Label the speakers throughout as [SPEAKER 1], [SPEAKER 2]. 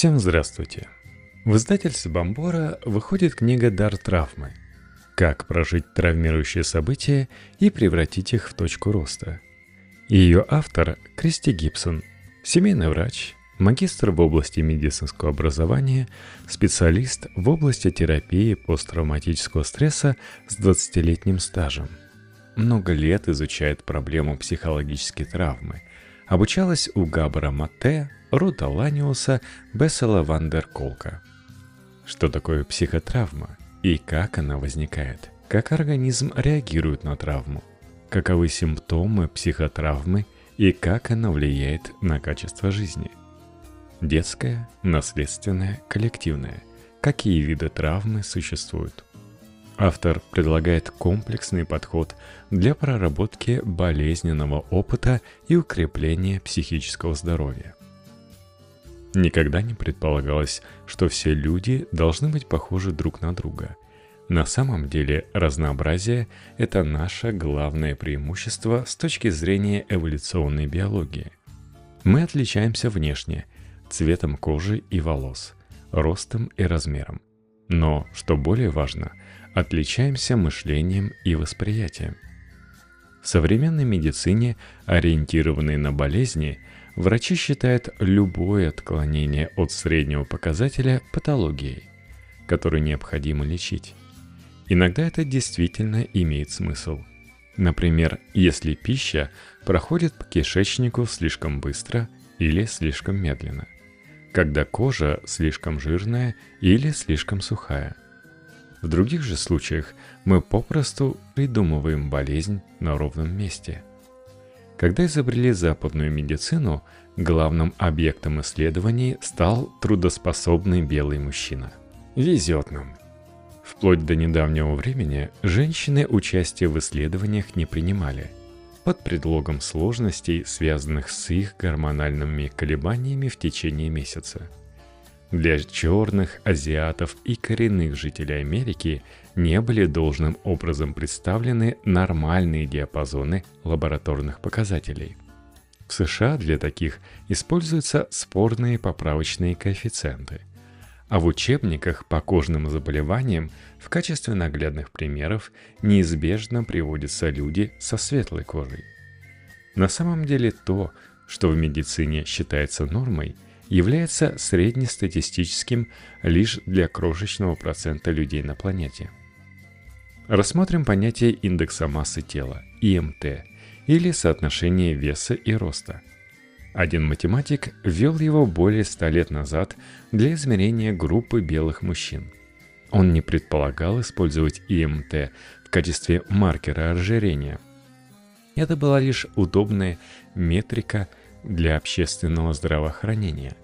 [SPEAKER 1] Всем здравствуйте! В издательстве Бомбора выходит книга «Дар травмы». Как прожить травмирующие события и превратить их в точку роста. Ее автор – Кристи Гибсон, семейный врач, магистр в области медицинского образования, специалист в области терапии посттравматического стресса с 20-летним стажем. Много лет изучает проблему психологической травмы. Обучалась у Габора Матте, Рута Ланиуса, Бессела ван дер Колка. Что такое психотравма и как она возникает? Как организм реагирует на травму? Каковы симптомы психотравмы и как она влияет на качество жизни? Детская, наследственная, коллективная. Какие виды травмы существуют? Автор предлагает комплексный подход для проработки болезненного опыта и укрепления психического здоровья. Никогда не предполагалось, что все люди должны быть похожи друг на друга. На самом деле разнообразие – это наше главное преимущество с точки зрения эволюционной биологии. Мы отличаемся внешне – цветом кожи и волос, ростом и размером. Но, что более важно, отличаемся мышлением и восприятием. В современной медицине, ориентированной на болезни, врачи считают любое отклонение от среднего показателя патологией, которую необходимо лечить. Иногда это действительно имеет смысл. Например, если пища проходит по кишечнику слишком быстро или слишком медленно, когда кожа слишком жирная или слишком сухая. В других же случаях мы попросту придумываем болезнь на ровном месте. Когда изобрели западную медицину, главным объектом исследований стал трудоспособный белый мужчина. Везет нам. Вплоть до недавнего времени женщины участие в исследованиях не принимали, под предлогом сложностей, связанных с их гормональными колебаниями в течение месяца. Для черных, азиатов и коренных жителей Америки не были должным образом представлены нормальные диапазоны лабораторных показателей. В США для таких используются спорные поправочные коэффициенты, а в учебниках по кожным заболеваниям в качестве наглядных примеров неизбежно приводятся люди со светлой кожей. На самом деле то, что в медицине считается нормой, является среднестатистическим лишь для крошечного процента людей на планете. Рассмотрим понятие индекса массы тела, ИМТ, или соотношение веса и роста. Один математик ввел его более 100 лет назад для измерения группы белых мужчин. Он не предполагал использовать ИМТ в качестве маркера ожирения. Это была лишь удобная метрика для общественного здравоохранения.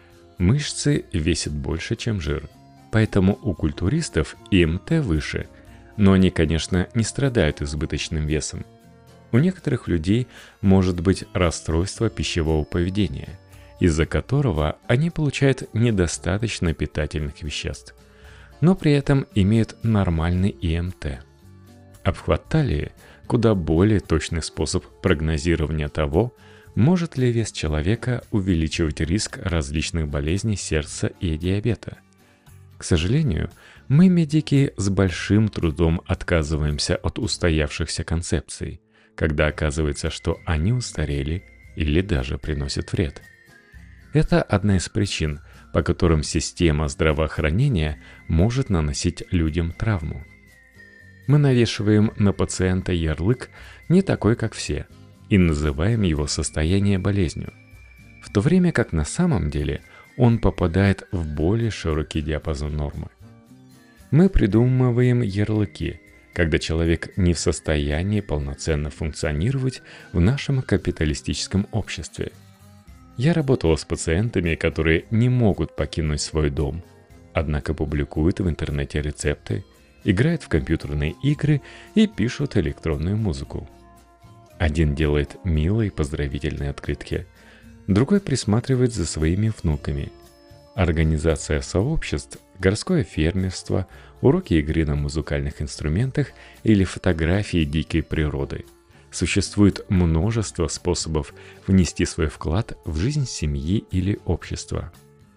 [SPEAKER 1] Мышцы весят больше, чем жир, поэтому у культуристов ИМТ выше, но они, конечно, не страдают избыточным весом. У некоторых людей может быть расстройство пищевого поведения, из-за которого они получают недостаточно питательных веществ, но при этом имеют нормальный ИМТ. Обхват талии – куда более точный способ прогнозирования того, может ли вес человека увеличивать риск различных болезней сердца и диабета. К сожалению, мы, медики, с большим трудом отказываемся от устоявшихся концепций, когда оказывается, что они устарели или даже приносят вред. Это одна из причин, по которым система здравоохранения может наносить людям травму. Мы навешиваем на пациента ярлык «не такой, как все» и называем его состояние болезнью, в то время как на самом деле он попадает в более широкий диапазон нормы. Мы придумываем ярлыки, когда человек не в состоянии полноценно функционировать в нашем капиталистическом обществе. Я работала с пациентами, которые не могут покинуть свой дом, однако публикуют в интернете рецепты, играют в компьютерные игры и пишут электронную музыку. Один делает милые поздравительные открытки, другой присматривает за своими внуками. Организация сообществ, городское фермерство, уроки игры на музыкальных инструментах или фотографии дикой природы. Существует множество способов внести свой вклад в жизнь семьи или общества.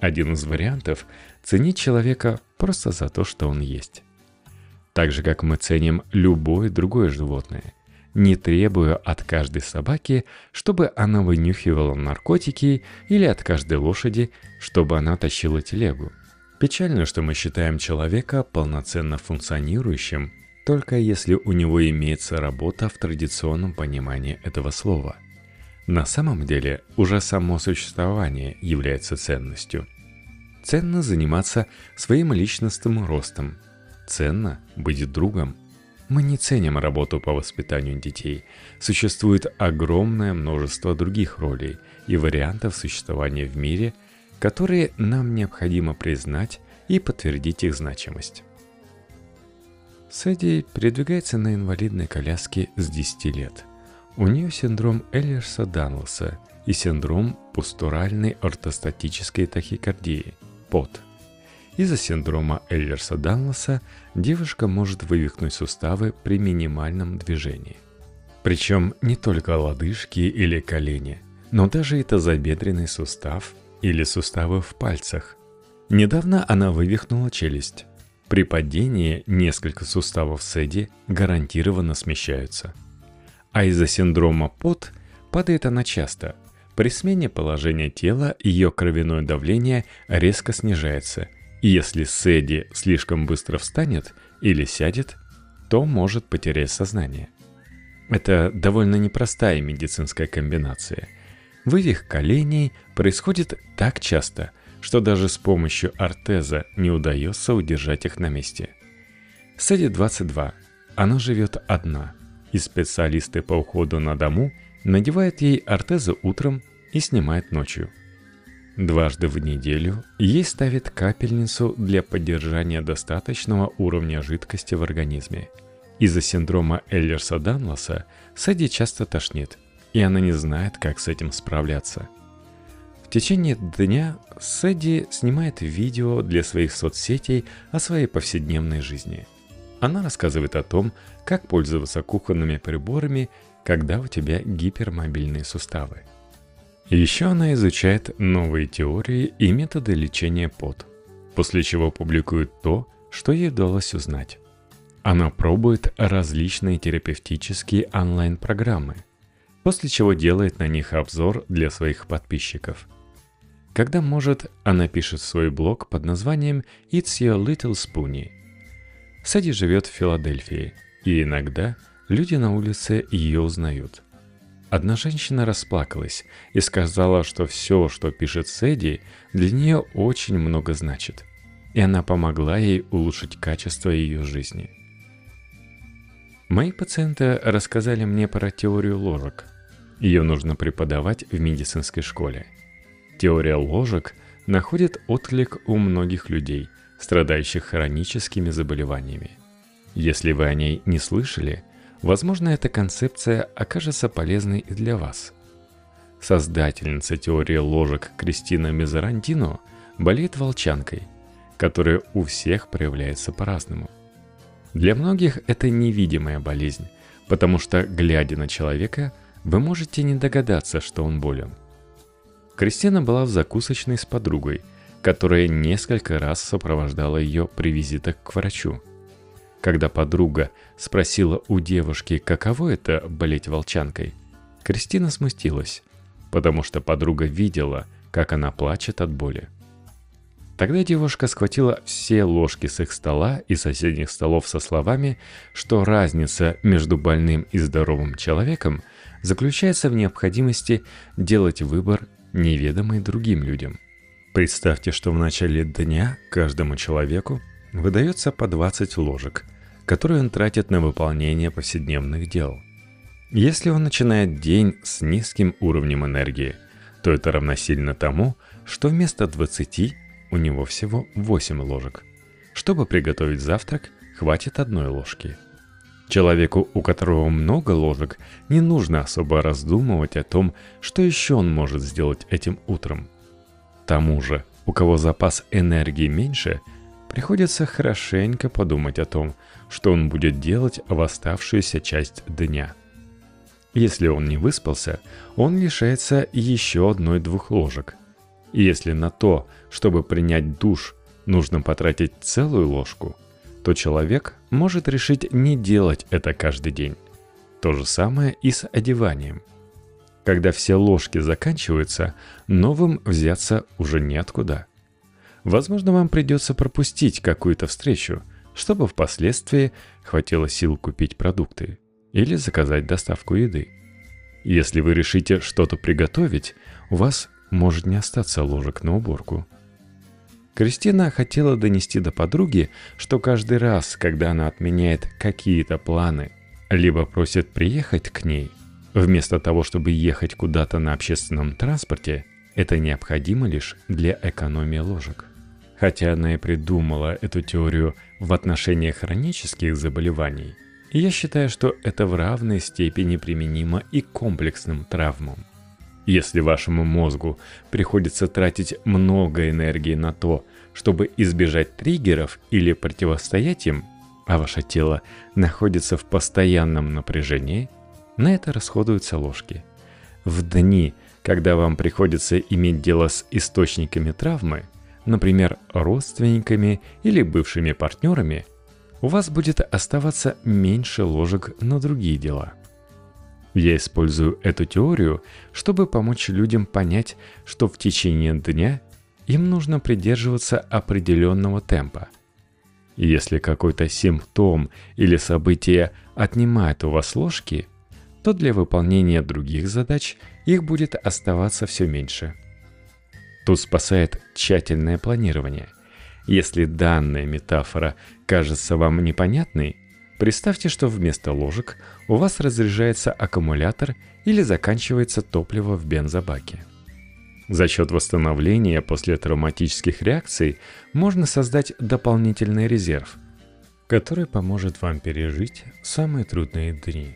[SPEAKER 1] Один из вариантов – ценить человека просто за то, что он есть. Так же, как мы ценим любое другое животное, не требуя от каждой собаки, чтобы она вынюхивала наркотики, или от каждой лошади, чтобы она тащила телегу. Печально, что мы считаем человека полноценно функционирующим, только если у него имеется работа в традиционном понимании этого слова. На самом деле, уже само существование является ценностью. Ценно заниматься своим личностным ростом. Ценно быть другом. Мы не ценим работу по воспитанию детей. Существует огромное множество других ролей и вариантов существования в мире, которые нам необходимо признать и подтвердить их значимость. Сэдди передвигается на инвалидной коляске с 10 лет. У нее синдром Эйлерса-Данлоса и синдром постуральной ортостатической тахикардии – ПОТ. Из-за синдрома Эйлерса-Данлоса девушка может вывихнуть суставы при минимальном движении. Причем не только лодыжки или колени, но даже и тазобедренный сустав или суставы в пальцах. Недавно она вывихнула челюсть. При падении несколько суставов Сэдди гарантированно смещаются. А из-за синдрома ПОТ падает она часто. При смене положения тела ее кровяное давление резко снижается, и если Сэдди слишком быстро встанет или сядет, то может потерять сознание. Это довольно непростая медицинская комбинация. Вывих коленей происходит так часто, что даже с помощью ортеза не удается удержать их на месте. Сэдди 22. Она живет одна, и специалисты по уходу на дому надевают ей ортезы утром и снимают ночью. Дважды в неделю ей ставят капельницу для поддержания достаточного уровня жидкости в организме. Из-за синдрома Эйлерса-Данлоса Сэдди часто тошнит, и она не знает, как с этим справляться. В течение дня Сэдди снимает видео для своих соцсетей о своей повседневной жизни. Она рассказывает о том, как пользоваться кухонными приборами, когда у тебя гипермобильные суставы. Еще она изучает новые теории и методы лечения ПОТ, после чего публикует то, что ей удалось узнать. Она пробует различные терапевтические онлайн-программы, после чего делает на них обзор для своих подписчиков. Когда может, она пишет свой блог под названием «It's Your Little Spoony». Сэдди живет в Филадельфии, и иногда люди на улице ее узнают. Одна женщина расплакалась и сказала, что все, что пишет Сэдди, для нее очень много значит, и она помогла ей улучшить качество ее жизни. Мои пациенты рассказали мне про теорию ложек. Ее нужно преподавать в медицинской школе. Теория ложек находит отклик у многих людей, страдающих хроническими заболеваниями. Если вы о ней не слышали, возможно, эта концепция окажется полезной и для вас. Создательница теории ложек Кристина Мезарантино болеет волчанкой, которая у всех проявляется по-разному. Для многих это невидимая болезнь, потому что, глядя на человека, вы можете не догадаться, что он болен. Кристина была в закусочной с подругой, которая несколько раз сопровождала ее при визитах к врачу. Когда подруга спросила у девушки, каково это болеть волчанкой, Кристина смутилась, потому что подруга видела, как она плачет от боли. Тогда девушка схватила все ложки с их стола и соседних столов со словами, что разница между больным и здоровым человеком заключается в необходимости делать выбор, неведомый другим людям. Представьте, что в начале дня каждому человеку выдается по 20 ложек, которые он тратит на выполнение повседневных дел. Если он начинает день с низким уровнем энергии, то это равносильно тому, что вместо 20 у него всего 8 ложек. Чтобы приготовить завтрак, хватит одной ложки. Человеку, у которого много ложек, не нужно особо раздумывать о том, что еще он может сделать этим утром. Тому же, у кого запас энергии меньше, приходится хорошенько подумать о том, что он будет делать в оставшуюся часть дня. Если он не выспался, он лишается еще 1-2 ложек. И если на то, чтобы принять душ, нужно потратить целую ложку, то человек может решить не делать это каждый день. То же самое и с одеванием. Когда все ложки заканчиваются, новым взяться уже неоткуда. Возможно, вам придется пропустить какую-то встречу, чтобы впоследствии хватило сил купить продукты или заказать доставку еды. Если вы решите что-то приготовить, у вас может не остаться ложек на уборку. Кристина хотела донести до подруги, что каждый раз, когда она отменяет какие-то планы, либо просит приехать к ней, вместо того, чтобы ехать куда-то на общественном транспорте, это необходимо лишь для экономии ложек. Хотя она и придумала эту теорию в отношении хронических заболеваний, я считаю, что это в равной степени применимо и к комплексным травмам. Если вашему мозгу приходится тратить много энергии на то, чтобы избежать триггеров или противостоять им, а ваше тело находится в постоянном напряжении, на это расходуются ложки. В дни, когда вам приходится иметь дело с источниками травмы, например, родственниками или бывшими партнерами, у вас будет оставаться меньше ложек на другие дела. Я использую эту теорию, чтобы помочь людям понять, что в течение дня им нужно придерживаться определенного темпа. Если какой-то симптом или событие отнимает у вас ложки, то для выполнения других задач их будет оставаться все меньше. Тут спасает тщательное планирование. Если данная метафора кажется вам непонятной, представьте, что вместо ложек у вас разряжается аккумулятор или заканчивается топливо в бензобаке. За счет восстановления после травматических реакций можно создать дополнительный резерв, который поможет вам пережить самые трудные дни.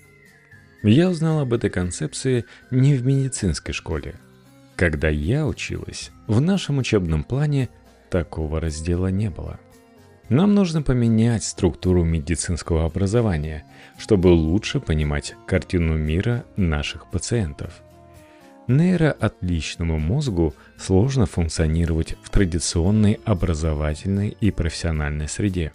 [SPEAKER 1] Я узнал об этой концепции не в медицинской школе. Когда я училась, в нашем учебном плане такого раздела не было. Нам нужно поменять структуру медицинского образования, чтобы лучше понимать картину мира наших пациентов. Нейроотличному мозгу сложно функционировать в традиционной образовательной и профессиональной среде.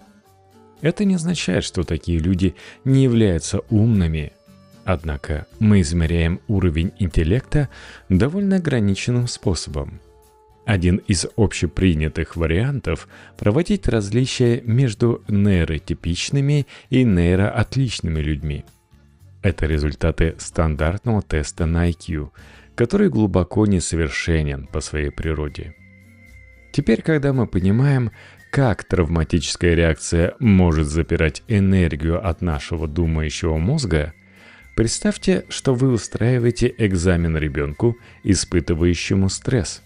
[SPEAKER 1] Это не означает, что такие люди не являются умными. Однако мы измеряем уровень интеллекта довольно ограниченным способом. Один из общепринятых вариантов – проводить различия между нейротипичными и нейроотличными людьми. Это результаты стандартного теста на IQ, который глубоко несовершенен по своей природе. Теперь, когда мы понимаем, как травматическая реакция может запирать энергию от нашего думающего мозга, представьте, что вы устраиваете экзамен ребенку, испытывающему стресс.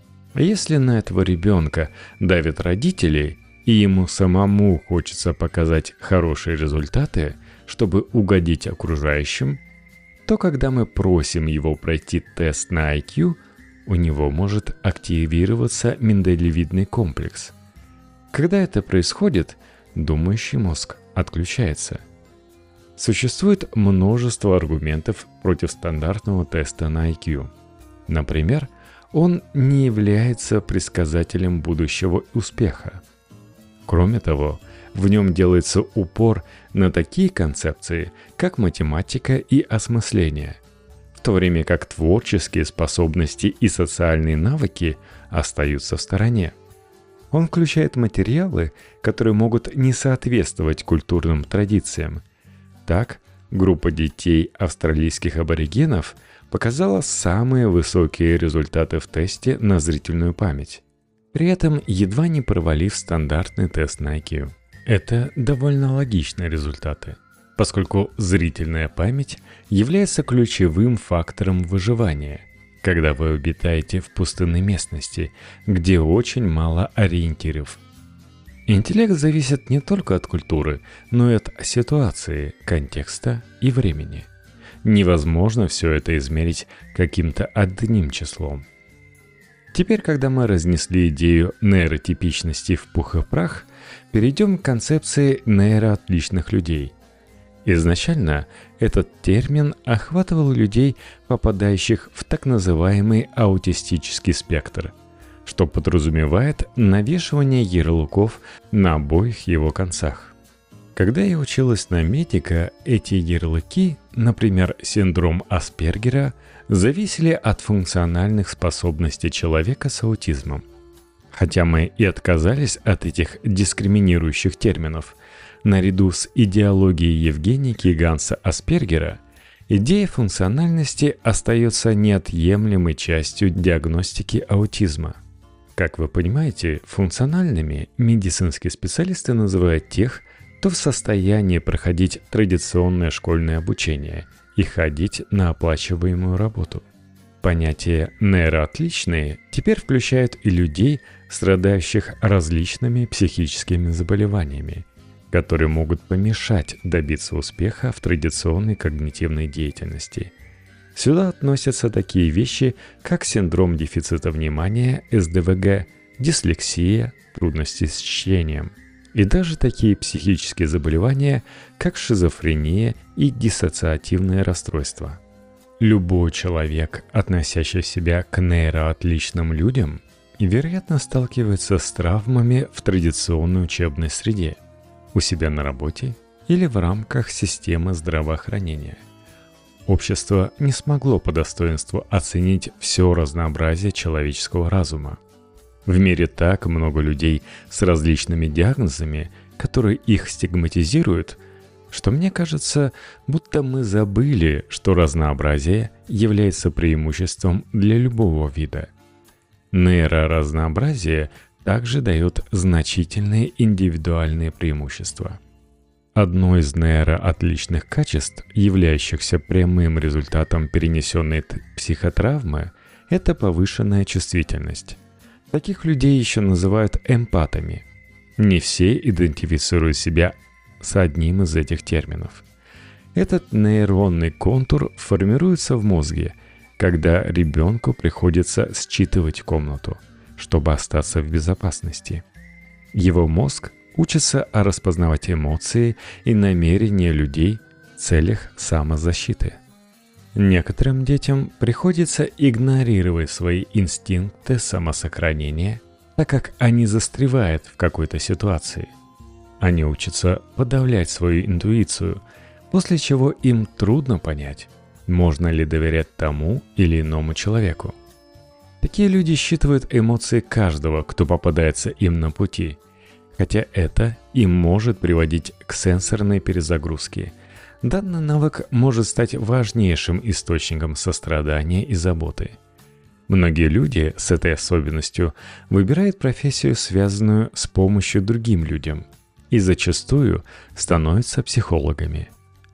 [SPEAKER 1] Если на этого ребенка давят родители, и ему самому хочется показать хорошие результаты, чтобы угодить окружающим, то когда мы просим его пройти тест на IQ, у него может активироваться миндалевидный комплекс. Когда это происходит, думающий мозг отключается. Существует множество аргументов против стандартного теста на IQ. Например, он не является предсказателем будущего успеха. Кроме того, в нем делается упор на такие концепции, как математика и осмысление, в то время как творческие способности и социальные навыки остаются в стороне. Он включает материалы, которые могут не соответствовать культурным традициям. Так, группа детей австралийских аборигенов показала самые высокие результаты в тесте на зрительную память, при этом едва не провалив стандартный тест на IQ. Это довольно логичные результаты, поскольку зрительная память является ключевым фактором выживания, когда вы обитаете в пустынной местности, где очень мало ориентиров. Интеллект зависит не только от культуры, но и от ситуации, контекста и времени. Невозможно все это измерить каким-то одним числом. Теперь, когда мы разнесли идею нейротипичности в пух и прах, перейдем к концепции нейроотличных людей. Изначально этот термин охватывал людей, попадающих в так называемый аутистический спектр, что подразумевает навешивание ярлыков на обоих его концах. Когда я училась на медика, эти ярлыки, например, синдром Аспергера, зависели от функциональных способностей человека с аутизмом. Хотя мы и отказались от этих дискриминирующих терминов, наряду с идеологией Евгеники и Ганса Аспергера, идея функциональности остается неотъемлемой частью диагностики аутизма. Как вы понимаете, функциональными медицинские специалисты называют тех, кто в состоянии проходить традиционное школьное обучение и ходить на оплачиваемую работу. Понятие «нейроотличные» теперь включает и людей, страдающих различными психическими заболеваниями, которые могут помешать добиться успеха в традиционной когнитивной деятельности. Сюда относятся такие вещи, как синдром дефицита внимания, СДВГ, дислексия, трудности с чтением, и даже такие психические заболевания, как шизофрения и диссоциативное расстройство. Любой человек, относящий себя к нейроотличным людям, вероятно, сталкивается с травмами в традиционной учебной среде, у себя на работе или в рамках системы здравоохранения. Общество не смогло по достоинству оценить все разнообразие человеческого разума. В мире так много людей с различными диагнозами, которые их стигматизируют, что мне кажется, будто мы забыли, что разнообразие является преимуществом для любого вида. Нейроразнообразие также дает значительные индивидуальные преимущества. Одно из нейроотличных качеств, являющихся прямым результатом перенесенной психотравмы, это повышенная чувствительность. Таких людей еще называют эмпатами. Не все идентифицируют себя с одним из этих терминов. Этот нейронный контур формируется в мозге, когда ребенку приходится считывать комнату, чтобы остаться в безопасности. Его мозг учится распознавать эмоции и намерения людей в целях самозащиты. Некоторым детям приходится игнорировать свои инстинкты самосохранения, так как они застревают в какой-то ситуации. Они учатся подавлять свою интуицию, после чего им трудно понять, можно ли доверять тому или иному человеку. Такие люди считывают эмоции каждого, кто попадается им на пути, хотя это и может приводить к сенсорной перезагрузке. Данный навык может стать важнейшим источником сострадания и заботы. Многие люди с этой особенностью выбирают профессию, связанную с помощью другим людям, и зачастую становятся психологами.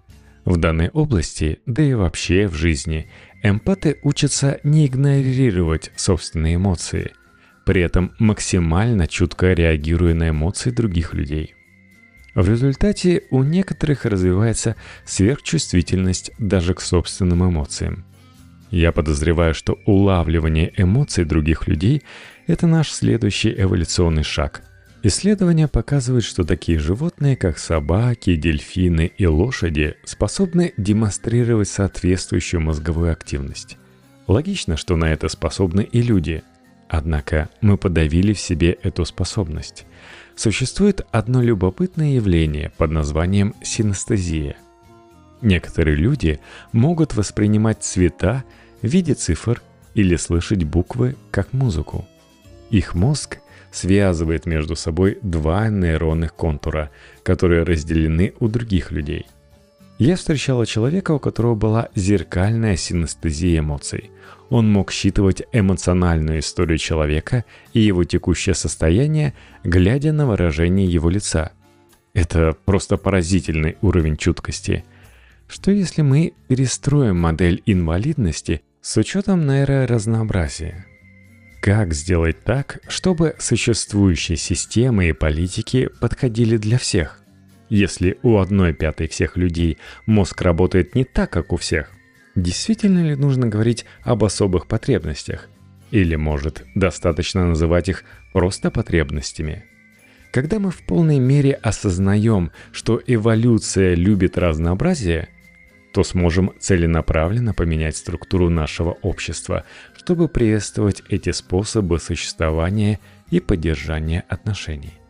[SPEAKER 1] В данной области, да и вообще в жизни, эмпаты учатся не игнорировать собственные эмоции, при этом максимально чутко реагируя на эмоции других людей. В результате у некоторых развивается сверхчувствительность даже к собственным эмоциям. Я подозреваю, что улавливание эмоций других людей – это наш следующий эволюционный шаг. Исследования показывают, что такие животные, как собаки, дельфины и лошади, способны демонстрировать соответствующую мозговую активность. Логично, что на это способны и люди. Однако мы подавили в себе эту способность. Существует одно любопытное явление под названием синестезия. Некоторые люди могут воспринимать цвета в виде цифр или слышать буквы как музыку. Их мозг связывает между собой два нейронных контура, которые разделены у других людей. Я встречала человека, у которого была зеркальная синестезия эмоций. Он мог считывать эмоциональную историю человека и его текущее состояние, глядя на выражение его лица. Это просто поразительный уровень чуткости. Что если мы перестроим модель инвалидности с учетом нейроразнообразия? Как сделать так, чтобы существующие системы и политики подходили для всех? Если у 1/5 всех людей мозг работает не так, как у всех, действительно ли нужно говорить об особых потребностях? Или, может, достаточно называть их просто потребностями? Когда мы в полной мере осознаем, что эволюция любит разнообразие, то сможем целенаправленно поменять структуру нашего общества, чтобы приветствовать эти способы существования и поддержания отношений.